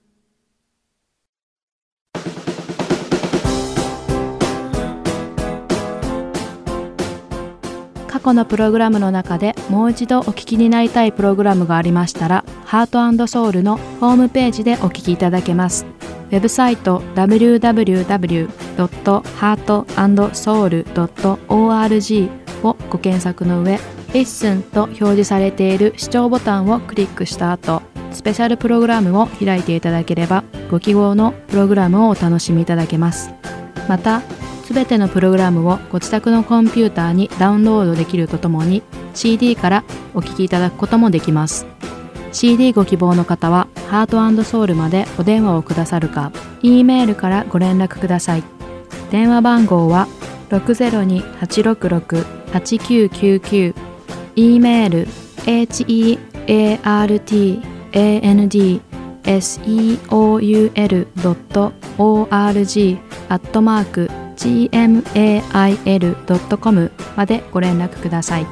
過去のプログラムの中でもう一度お聞きになりたいプログラムがありましたら、ハート&ソウルのホームページでお聞きいただけます。ウェブサイト ダブリューダブリューダブリュードットハートアンドソウルドットオーアールジー をご検索の上、Listen と表示されている視聴ボタンをクリックした後、スペシャルプログラムを開いていただければ、ご記号のプログラムをお楽しみいただけます。また、すべてのプログラムをご自宅のコンピューターにダウンロードできるとともに シーディー からお聞きいただくこともできます。シーディー ご希望の方はハート&ソウルまでお電話をくださるか、E メールからご連絡ください。電話番号は ろくゼロに はちろくろく はちきゅうきゅうきゅう、E メール エイチイーエーアールティーエーエヌディーエスイーオーユーエルドットオーアールジー アットマーク ジーエムエーアイエルドットコム までご連絡ください。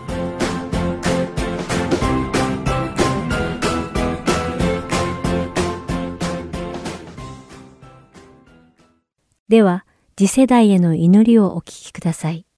では、次世代への祈りをお聞きください。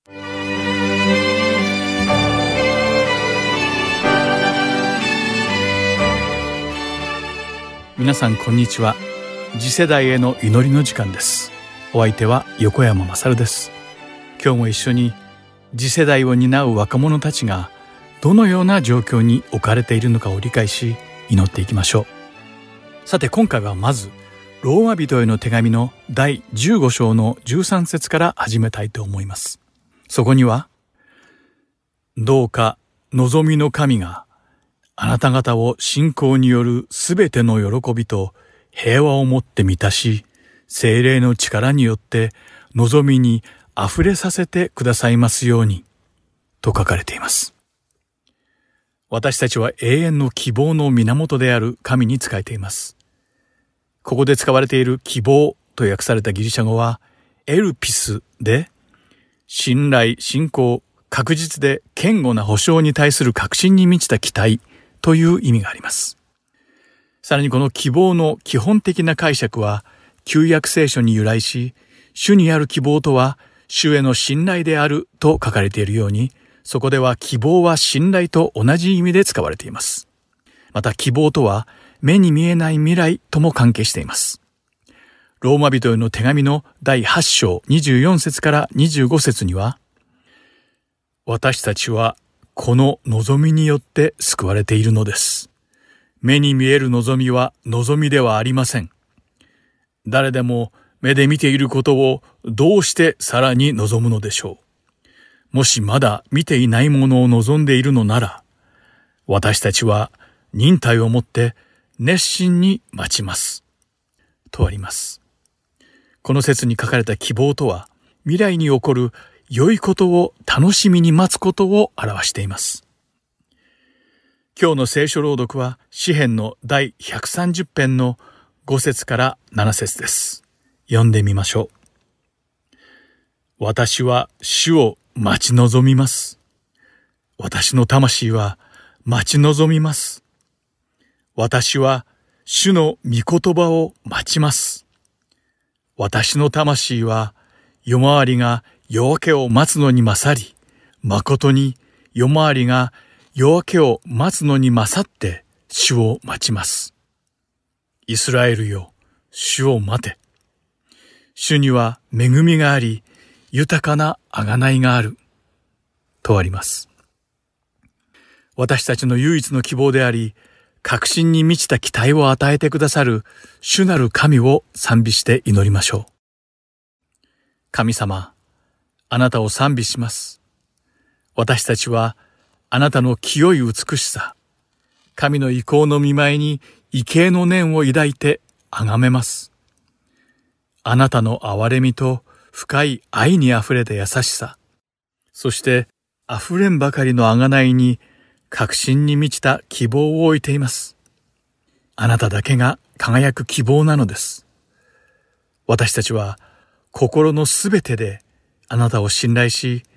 皆さんこんにちは。次世代への祈りの時間です。お相手は横山勝です。今日も一緒に次世代を担う若者たちがどのような状況に置かれているのかを理解し、祈っていきましょう。さて、今回はまずローマ人への手紙のだいじゅうご章のじゅうさん節から始めたいと思います。そこには、どうか望みの神があなた方を信仰によるすべての喜びと平和をもって満たし、聖霊の力によって望みにあふれさせてくださいますように、と書かれています。私たちは永遠の希望の源である神に仕えています。ここで使われている希望と訳されたギリシャ語はエルピスで、信頼、信仰、確実で堅固な保証に対する確信に満ちた期待という意味があります。さらにこの希望の基本的な解釈は旧約聖書に由来し、主にある希望とは主への信頼であると書かれているように、そこでは希望は信頼と同じ意味で使われています。また希望とは目に見えない未来とも関係しています。ローマ人への手紙のだいはち章にじゅうよん節からにじゅうご節には、私たちはこの望みによって救われているのです。目に見える望みは望みではありません。誰でも目で見ていることをどうしてさらに望むのでしょう。もしまだ見ていないものを望んでいるのなら、私たちは忍耐をもって熱心に待ちます。とあります。この節に書かれた希望とは、未来に起こる良いことを楽しみに待つことを表しています。今日の聖書朗読は詩編のだいひゃくさんじゅう編のご節からなな節です。読んでみましょう。私は主を待ち望みます。私の魂は待ち望みます。私は主の御言葉を待ちます。私の魂は夜回りが夜明けを待つのに勝り、誠に夜回りが夜明けを待つのに勝って主を待ちます。イスラエルよ、主を待て。主には恵みがあり、豊かな贖いがある。とあります。私たちの唯一の希望であり、確信に満ちた期待を与えてくださる主なる神を賛美して祈りましょう。神様、あなたを賛美します。私たちはあなたの清い美しさ、神の意向の見舞いに畏敬の念を抱いて崇めます。あなたの憐れみと深い愛にあふれた優しさ、そしてあふれんばかりの贖いに確信に満ちた希望を置いています。あなただけが輝く希望なのです。私たちは心のすべてであなたを信頼し、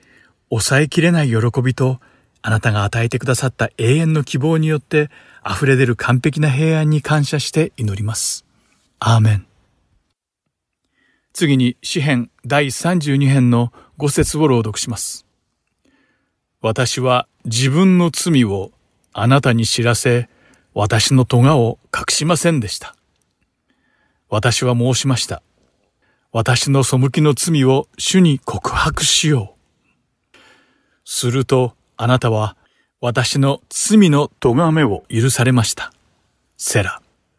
抑えきれない喜びと、あなたが与えてくださった永遠の希望によって溢れ出る完璧な平安に感謝して祈ります。アーメン。次に詩編だいさんじゅうに編のご節を朗読します。私は自分の罪をあなたに知らせ、私の咎を隠しませんでした。私は申しました。私の背きの罪を主に告白しよう。するとあなたは私の罪の咎めを許されました。セラ。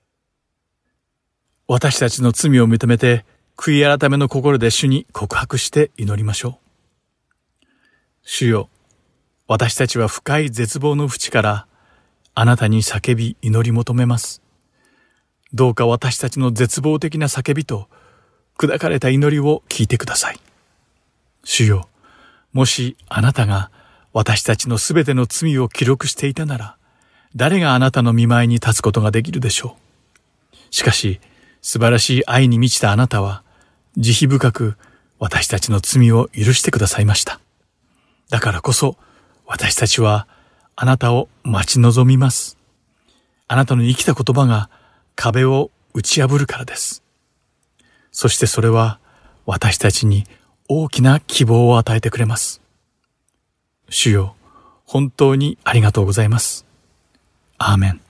私たちの罪を認めて悔い改めの心で主に告白して祈りましょう。主よ、私たちは深い絶望の淵からあなたに叫び祈り求めます。どうか私たちの絶望的な叫びと砕かれた祈りを聞いてください。主よ、もしあなたが私たちのすべての罪を記録していたなら、誰があなたの御前に立つことができるでしょう。しかし、素晴らしい愛に満ちたあなたは、慈悲深く私たちの罪を許してくださいました。だからこそ、私たちはあなたを待ち望みます。あなたの生きた言葉が壁を打ち破るからです。そしてそれは私たちに大きな希望を与えてくれます。主よ、本当にありがとうございます。アーメン。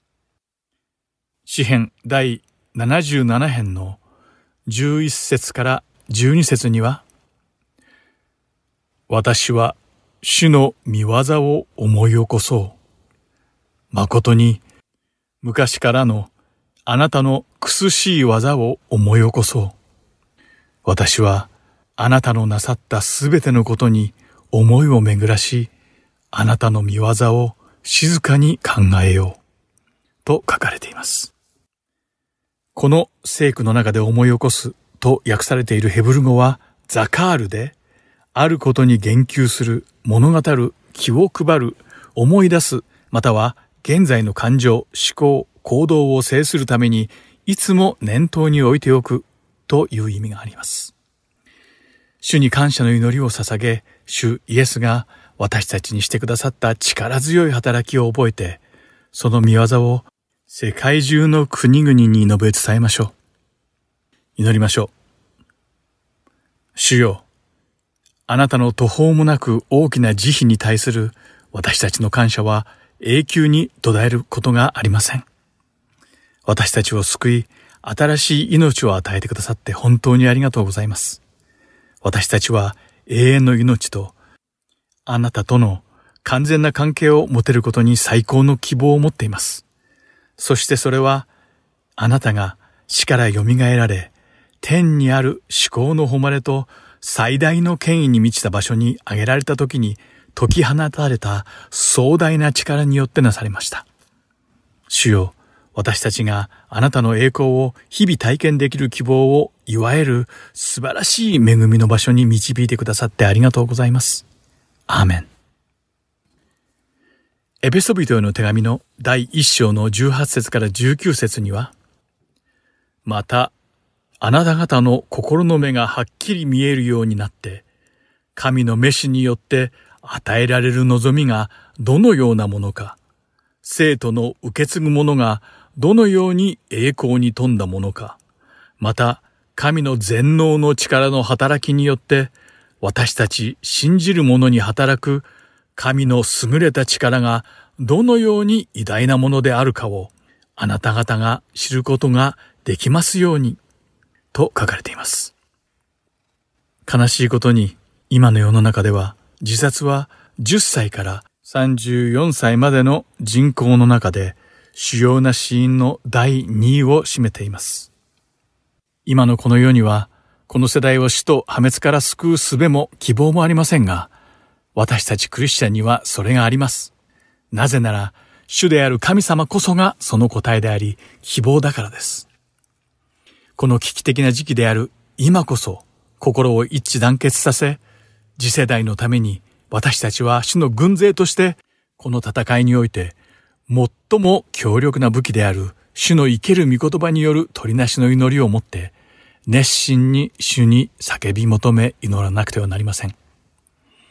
詩編だいななじゅうなな編のじゅういっ節からじゅうに節には、私は主の御業を思い起こそう。誠に昔からのあなたの苦しい技を思い起こそう。私はあなたのなさったすべてのことに思いを巡らし、あなたの御業を静かに考えよう。と書かれています。この聖句の中で思い起こすと訳されているヘブル語はザカールで、あることに言及する、物語る、気を配る、思い出す、または現在の感情、思考、行動を制するためにいつも念頭に置いておくという意味があります。主に感謝の祈りを捧げ、主イエスが私たちにしてくださった力強い働きを覚えて、その御業を世界中の国々に述べ伝えましょう。祈りましょう。主よ、あなたの途方もなく大きな慈悲に対する私たちの感謝は永久に途絶えることがありません。私たちを救い、新しい命を与えてくださって本当にありがとうございます。私たちは永遠の命とあなたとの完全な関係を持てることに最高の希望を持っています。そしてそれはあなたが死からよみがえられ、天にある至高の誉れと最大の権威に満ちた場所に挙げられた時に解き放たれた壮大な力によってなされました。主よ、私たちがあなたの栄光を日々体験できる希望をいわゆる素晴らしい恵みの場所に導いてくださってありがとうございます。アーメン。エペソビトへの手紙のだいいっ章のじゅうはち節からじゅうきゅう節には、またあなた方の心の目がはっきり見えるようになって、神の召しによって与えられる望みがどのようなものか、生徒の受け継ぐものがどのように栄光に富んだものか、また神の全能の力の働きによって私たち信じる者に働く神の優れた力がどのように偉大なものであるかをあなた方が知ることができますようにと書かれています。悲しいことに今の世の中では自殺はじゅっさいからさんじゅうよんさいまでの人口の中で主要な死因のだいにいを占めています。今のこの世にはこの世代を死と破滅から救う術も希望もありませんが、私たちクリスチャンにはそれがあります。なぜなら主である神様こそがその答えであり希望だからです。この危機的な時期である今こそ心を一致団結させ、次世代のために私たちは主の軍勢としてこの戦いにおいて最も強力な武器である主の生ける御言葉による取りなしの祈りをもって熱心に主に叫び求め祈らなくてはなりません。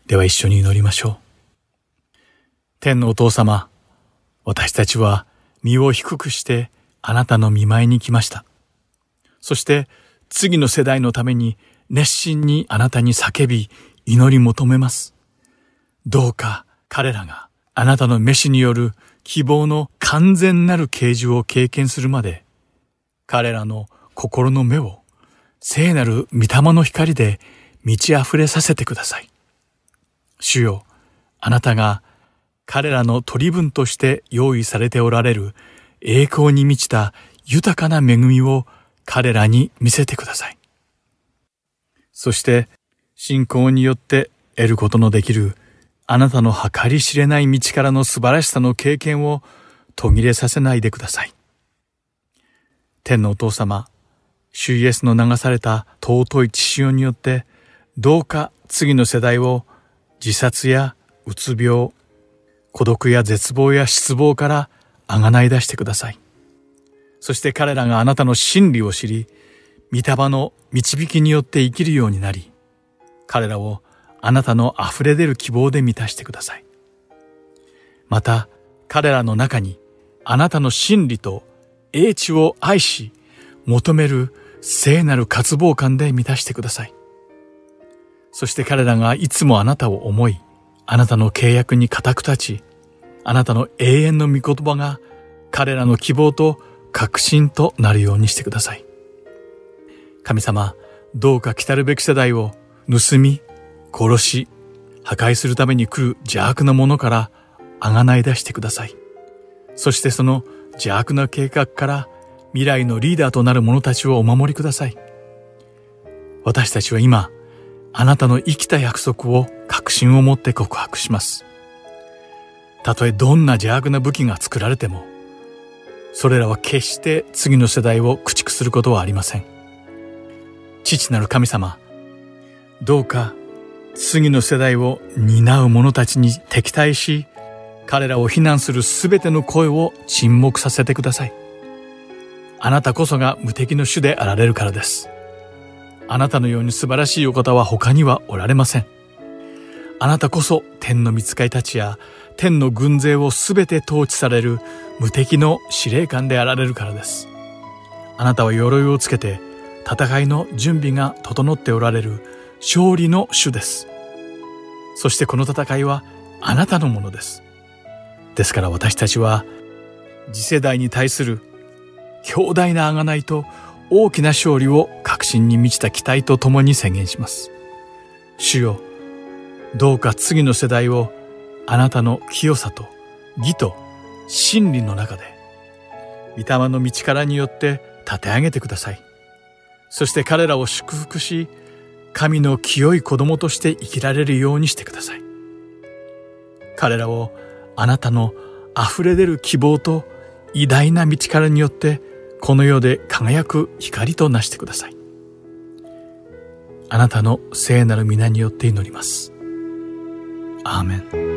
では一緒に祈りましょう。天のお父様、私たちは身を低くしてあなたの御前に来ました。そして次の世代のために熱心にあなたに叫び祈り求めます。どうか彼らがあなたの召しによる希望の完全なる啓示を経験するまで、彼らの心の目を聖なる御霊の光で満ち溢れさせてください。主よ、あなたが彼らの取り分として用意されておられる栄光に満ちた豊かな恵みを彼らに見せてください。そして信仰によって得ることのできるあなたの計り知れない道からの素晴らしさの経験を途切れさせないでください。天のお父様、主イエスの流された尊い血潮によってどうか次の世代を自殺やうつ病、孤独や絶望や失望からあがない出してください。そして彼らがあなたの真理を知り、御霊の導きによって生きるようになり、彼らをあなたの溢れ出る希望で満たしてください。また彼らの中にあなたの真理と英知を愛し求める聖なる渇望感で満たしてください。そして彼らがいつもあなたを思い、あなたの契約に固く立ち、あなたの永遠の御言葉が彼らの希望と確信となるようにしてください。神様、どうか来たるべき世代を盗み、殺し、破壊するために来る邪悪なものからあがない出してください。そしてその邪悪な計画から未来のリーダーとなる者たちをお守りください。私たちは今、あなたの生きた約束を確信を持って告白します。たとえどんな邪悪な武器が作られても、それらは決して次の世代を駆逐することはありません。父なる神様、どうか次の世代を担う者たちに敵対し、彼らを非難するすべての声を沈黙させてください。あなたこそが無敵の主であられるからです。あなたのように素晴らしいお方は他にはおられません。あなたこそ天の御使いたちや天の軍勢をすべて統治される無敵の司令官であられるからです。あなたは鎧をつけて戦いの準備が整っておられる勝利の主です。そしてこの戦いはあなたのものです。ですから私たちは次世代に対する強大な贖いと大きな勝利を確信に満ちた期待とともに宣言します。主よ、どうか次の世代をあなたの清さと義と真理の中で御霊の道からによって立て上げてください。そして彼らを祝福し、神の清い子供として生きられるようにしてください。彼らをあなたの溢れ出る希望と偉大な道からによってこの世で輝く光となしてください。あなたの聖なる皆によって祈ります。アーメン。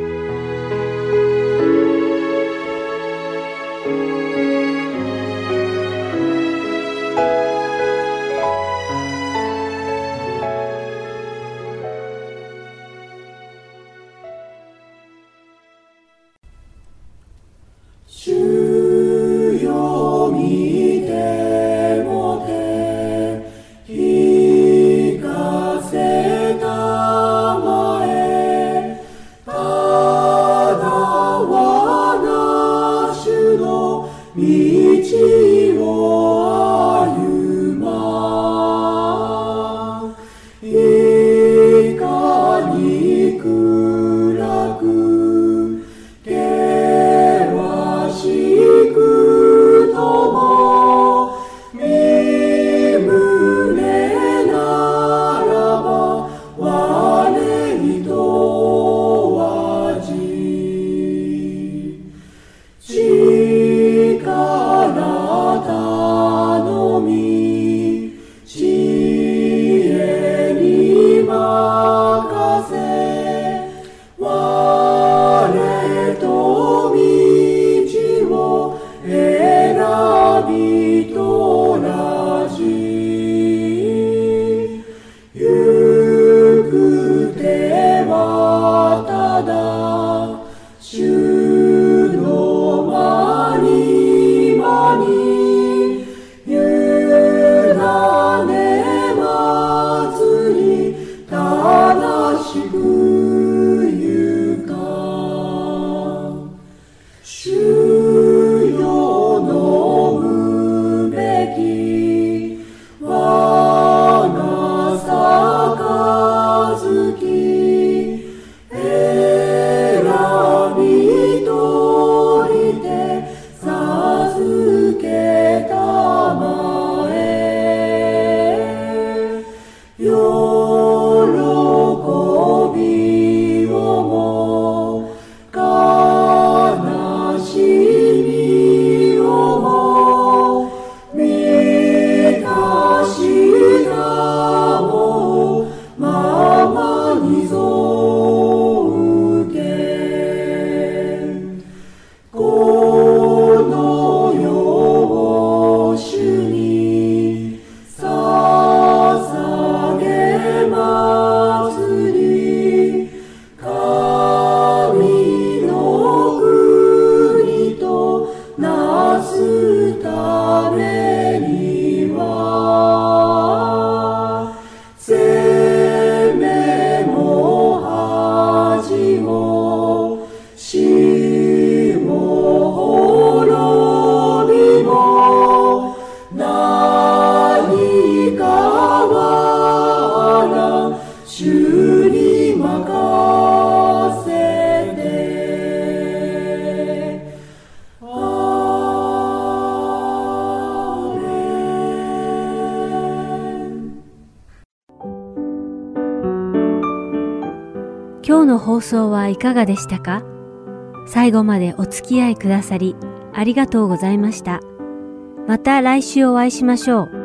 し今日の放送はいかがでしたか？最後までお付き合いくださりありがとうございました。また来週お会いしましょう。